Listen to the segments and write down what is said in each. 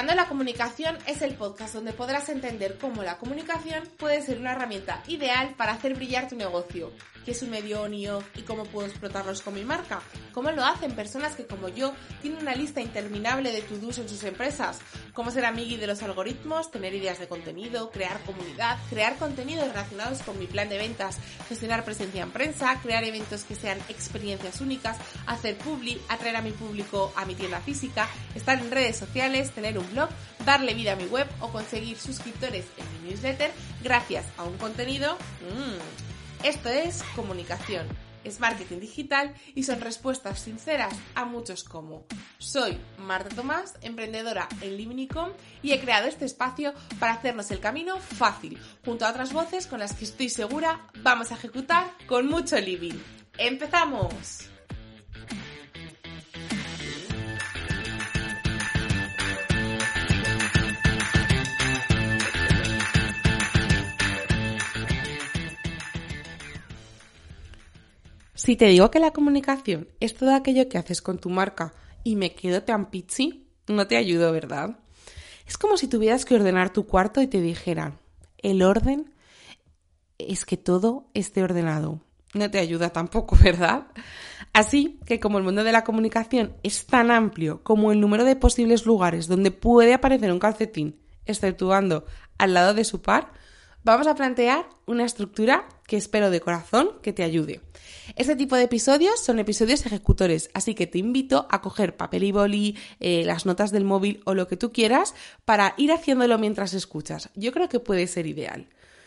Practicando la comunicación es el podcast donde podrás entender cómo la comunicación puede ser una herramienta ideal para hacer brillar tu negocio. ¿Qué es un medio on y off y cómo puedo explotarlos con mi marca? ¿Cómo lo hacen personas que, como yo, tienen una lista interminable de to-dos en sus empresas? ¿Cómo ser amigui de los algoritmos, tener ideas de contenido, crear comunidad, crear contenidos relacionados con mi plan de ventas, gestionar presencia en prensa, crear eventos que sean experiencias únicas, hacer publi, atraer a mi público a mi tienda física, estar en redes sociales, tener un blog, darle vida a mi web o conseguir suscriptores en mi newsletter gracias a un contenido? Esto es comunicación, es marketing digital y son respuestas sinceras a muchos cómo. Soy Marta Tomás, emprendedora en Living.com y he creado este espacio para hacernos el camino fácil, junto a otras voces con las que estoy segura vamos a ejecutar con mucho living. ¡Empezamos! Si te digo que la comunicación es todo aquello que haces con tu marca y me quedo tan pichi, no te ayudo, ¿verdad? Es como si tuvieras que ordenar tu cuarto y te dijeran, el orden es que todo esté ordenado. No te ayuda tampoco, ¿verdad? Así que como el mundo de la comunicación es tan amplio como el número de posibles lugares donde puede aparecer un calcetín, exceptuando al lado de su par, vamos a plantear una estructura que espero de corazón que te ayude. Este tipo de episodios son episodios ejecutores, así que te invito a coger papel y boli, las notas del móvil o lo que tú quieras para ir haciéndolo mientras escuchas. Yo creo que puede ser ideal.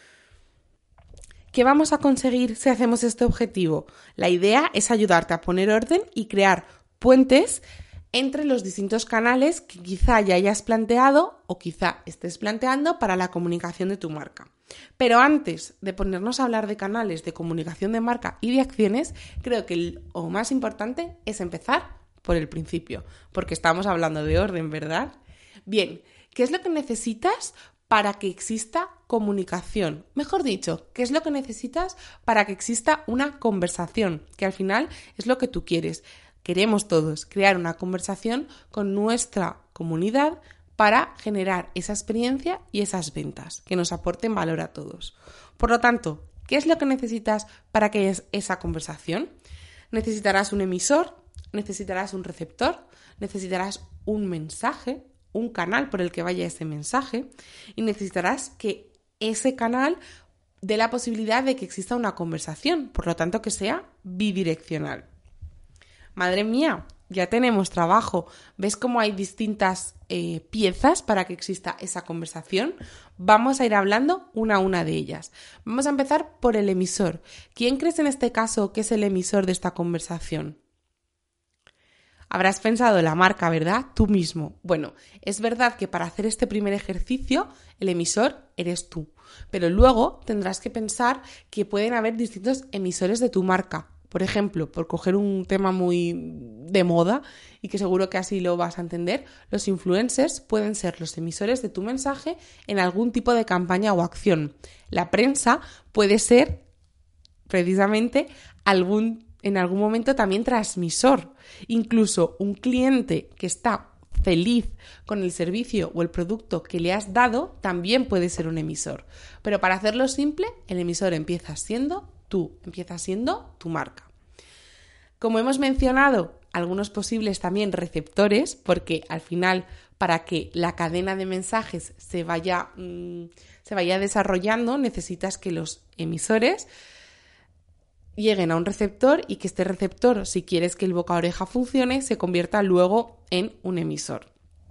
¿Qué vamos a conseguir si hacemos este objetivo? La idea es ayudarte a poner orden y crear puentes entre los distintos canales que quizá ya hayas planteado o quizá estés planteando para la comunicación de tu marca. Pero antes de ponernos a hablar de canales de comunicación de marca y de acciones, creo que lo más importante es empezar por el principio, porque estamos hablando de orden, ¿verdad? Bien, ¿qué es lo que necesitas para que exista comunicación? Mejor dicho, ¿qué es lo que necesitas para que exista una conversación? Que al final es lo que tú quieres. Queremos todos crear una conversación con nuestra comunidad para generar esa experiencia y esas ventas que nos aporten valor a todos. Por lo tanto, ¿qué es lo que necesitas para que es esa conversación? Necesitarás un emisor, necesitarás un receptor, necesitarás un mensaje, un canal por el que vaya ese mensaje y necesitarás que ese canal dé la posibilidad de que exista una conversación, por lo tanto que sea bidireccional. Madre mía, ya tenemos trabajo. ¿Ves cómo hay distintas piezas para que exista esa conversación? Vamos a ir hablando una a una de ellas. Vamos a empezar por el emisor. ¿Quién crees en este caso que es el emisor de esta conversación? Habrás pensado en la marca, ¿verdad? Tú mismo. Bueno, es verdad que para hacer este primer ejercicio, el emisor eres tú. Pero luego tendrás que pensar que pueden haber distintos emisores de tu marca. Por ejemplo, por coger un tema muy de moda y que seguro que así lo vas a entender, los influencers pueden ser los emisores de tu mensaje en algún tipo de campaña o acción. La prensa puede ser precisamente en algún momento también transmisor. Incluso un cliente que está feliz con el servicio o el producto que le has dado también puede ser un emisor. Pero para hacerlo simple, el emisor empieza siendo tú, empieza siendo tu marca. Como hemos mencionado, algunos posibles también receptores, porque al final para que la cadena de mensajes se vaya desarrollando, necesitas que los emisores lleguen a un receptor y que este receptor, si quieres que el boca a oreja funcione, se convierta luego en un emisor.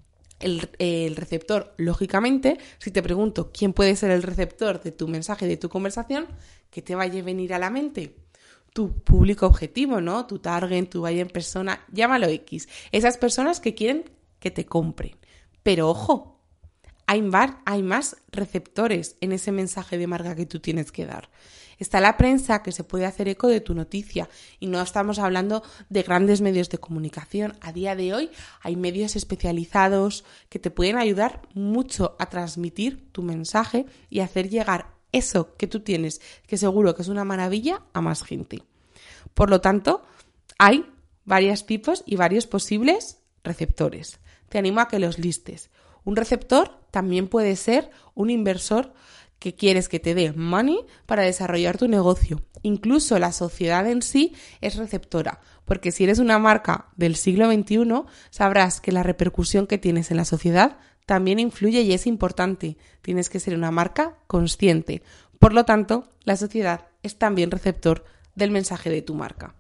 El receptor, lógicamente, si te pregunto quién puede ser el receptor de tu mensaje, de tu conversación, ¿qué te vaya a venir a la mente? Tu público objetivo, ¿no? Tu target, tu buyer persona, llámalo X. Esas personas que quieren que te compren. Pero ojo, hay más receptores en ese mensaje de marca que tú tienes que dar. Está la prensa que se puede hacer eco de tu noticia y no estamos hablando de grandes medios de comunicación. A día de hoy hay medios especializados que te pueden ayudar mucho a transmitir tu mensaje y hacer llegar eso que tú tienes, que seguro que es una maravilla, a más gente. Por lo tanto, hay varios tipos y varios posibles receptores. Te animo a que los listes. Un receptor también puede ser un inversor que quieres que te dé money para desarrollar tu negocio. Incluso la sociedad en sí es receptora, porque si eres una marca del siglo XXI, sabrás que la repercusión que tienes en la sociedad también influye y es importante. Tienes que ser una marca consciente. Por lo tanto, la sociedad es también receptor del mensaje de tu marca.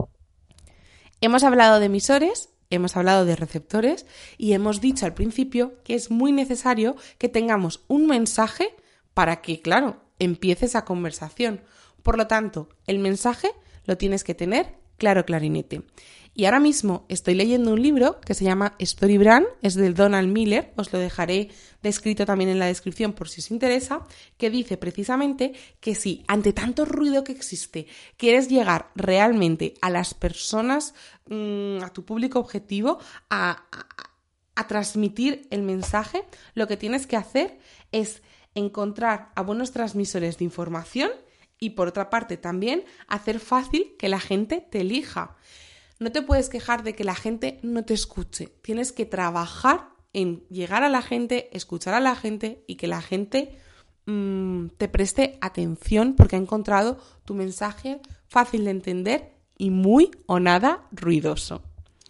Hemos hablado de emisores, hemos hablado de receptores y hemos dicho al principio que es muy necesario que tengamos un mensaje para que, claro, empiece esa conversación. Por lo tanto, el mensaje lo tienes que tener claro, clarinete. Y ahora mismo estoy leyendo un libro que se llama StoryBrand, es de Donald Miller, os lo dejaré descrito también en la descripción por si os interesa, que dice precisamente que si ante tanto ruido que existe quieres llegar realmente a las personas, a tu público objetivo, a transmitir el mensaje, lo que tienes que hacer es encontrar a buenos transmisores de información y por otra parte también hacer fácil que la gente te elija. No te puedes quejar de que la gente no te escuche. Tienes que trabajar en llegar a la gente, escuchar a la gente y que la gente te preste atención porque ha encontrado tu mensaje fácil de entender y muy o nada ruidoso.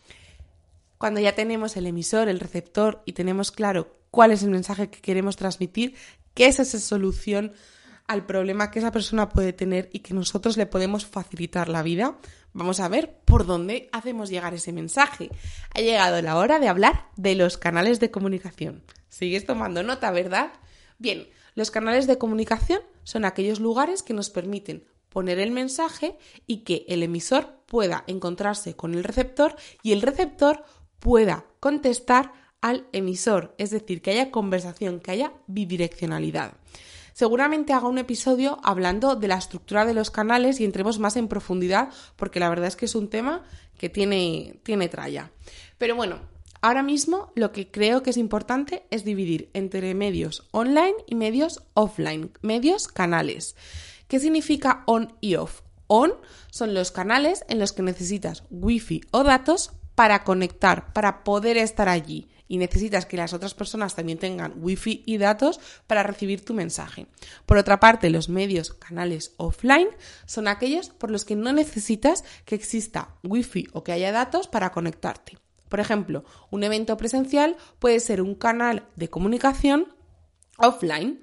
Cuando ya tenemos el emisor, el receptor y tenemos claro cuál es el mensaje que queremos transmitir, qué es esa solución al problema que esa persona puede tener y que nosotros le podemos facilitar la vida, vamos a ver por dónde hacemos llegar ese mensaje. Ha llegado la hora de hablar de los canales de comunicación. ¿Sigues tomando nota, verdad? Bien, los canales de comunicación son aquellos lugares que nos permiten poner el mensaje y que el emisor pueda encontrarse con el receptor y el receptor pueda contestar al emisor, es decir, que haya conversación, que haya bidireccionalidad. Seguramente haga un episodio hablando de la estructura de los canales y entremos más en profundidad porque la verdad es que es un tema que tiene tralla. Pero bueno, ahora mismo lo que creo que es importante es dividir entre medios online y medios offline, medios canales. ¿Qué significa on y off? On son los canales en los que necesitas wifi o datos para conectar, para poder estar allí. Y necesitas que las otras personas también tengan wifi y datos para recibir tu mensaje. Por otra parte, los medios canales offline son aquellos por los que no necesitas que exista wifi o que haya datos para conectarte. Por ejemplo, un evento presencial puede ser un canal de comunicación offline.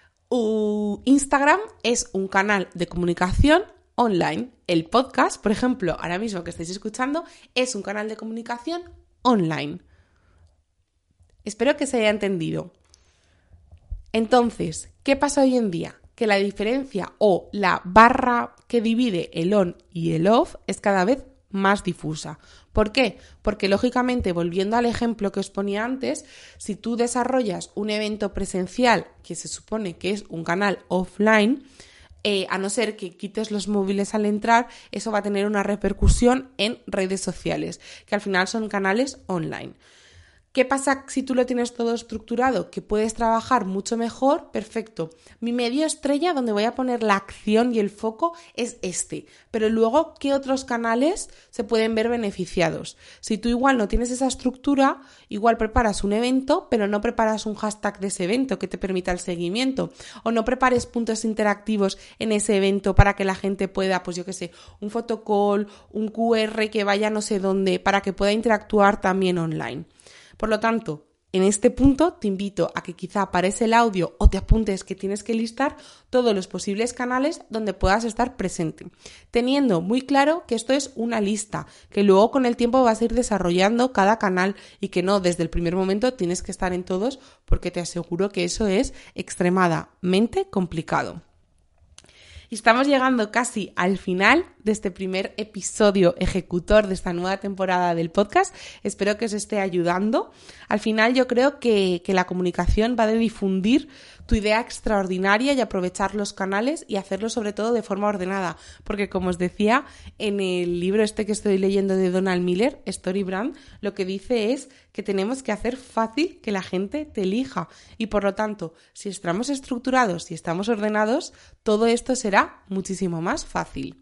Instagram es un canal de comunicación online. El podcast, por ejemplo, ahora mismo que estáis escuchando, es un canal de comunicación online. Espero que se haya entendido. Entonces, ¿qué pasa hoy en día? Que la diferencia o la barra que divide el on y el off es cada vez más difusa. ¿Por qué? Porque lógicamente, volviendo al ejemplo que os ponía antes, si tú desarrollas un evento presencial que se supone que es un canal offline, a no ser que quites los móviles al entrar, eso va a tener una repercusión en redes sociales, que al final son canales online. ¿Qué pasa si tú lo tienes todo estructurado? Que puedes trabajar mucho mejor, perfecto. Mi medio estrella donde voy a poner la acción y el foco es este. Pero luego, ¿qué otros canales se pueden ver beneficiados? Si tú igual no tienes esa estructura, igual preparas un evento, pero no preparas un hashtag de ese evento que te permita el seguimiento. O no prepares puntos interactivos en ese evento para que la gente pueda, pues yo qué sé, un photocall, un QR que vaya no sé dónde, para que pueda interactuar también online. Por lo tanto, en este punto te invito a que quizá aparece el audio o te apuntes que tienes que listar todos los posibles canales donde puedas estar presente, teniendo muy claro que esto es una lista, que luego con el tiempo vas a ir desarrollando cada canal y que no desde el primer momento tienes que estar en todos porque te aseguro que eso es extremadamente complicado. Y estamos llegando casi al final de este primer episodio ejecutor de esta nueva temporada del podcast. Espero que os esté ayudando. Al final yo creo que la comunicación va de difundir tu idea extraordinaria y aprovechar los canales y hacerlo sobre todo de forma ordenada. Porque como os decía, en el libro este que estoy leyendo de Donald Miller, StoryBrand, lo que dice es que tenemos que hacer fácil que la gente te elija. Y por lo tanto, si estamos estructurados y estamos ordenados, todo esto será muchísimo más fácil.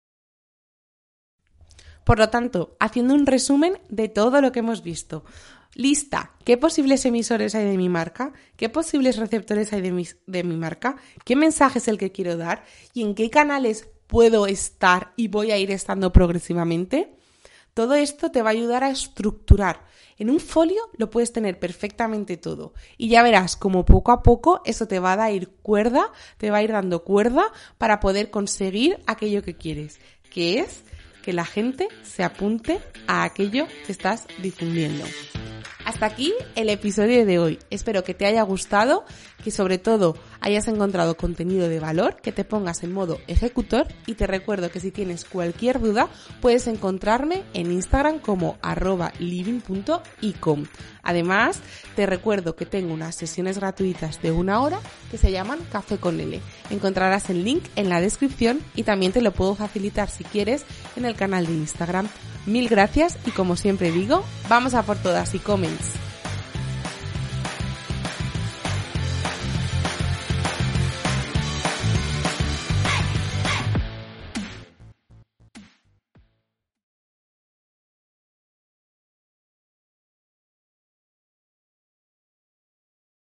Por lo tanto, haciendo un resumen de todo lo que hemos visto. Lista, ¿qué posibles emisores hay de mi marca? ¿Qué posibles receptores hay de mi marca? ¿Qué mensaje es el que quiero dar? ¿Y en qué canales puedo estar y voy a ir estando progresivamente? Todo esto te va a ayudar a estructurar. En un folio lo puedes tener perfectamente todo y ya verás como poco a poco eso te va a dar cuerda, te va a ir dando cuerda para poder conseguir aquello que quieres, que es que la gente se apunte a aquello que estás difundiendo. Hasta aquí el episodio de hoy. Espero que te haya gustado, que sobre todo hayas encontrado contenido de valor, que te pongas en modo ejecutor y te recuerdo que si tienes cualquier duda puedes encontrarme en Instagram como @living.icom. Además, te recuerdo que tengo unas sesiones gratuitas de 1 hora que se llaman Café con L. Encontrarás el link en la descripción y también te lo puedo facilitar si quieres en el canal de Instagram. Mil gracias y como siempre digo, vamos a por todas y comments.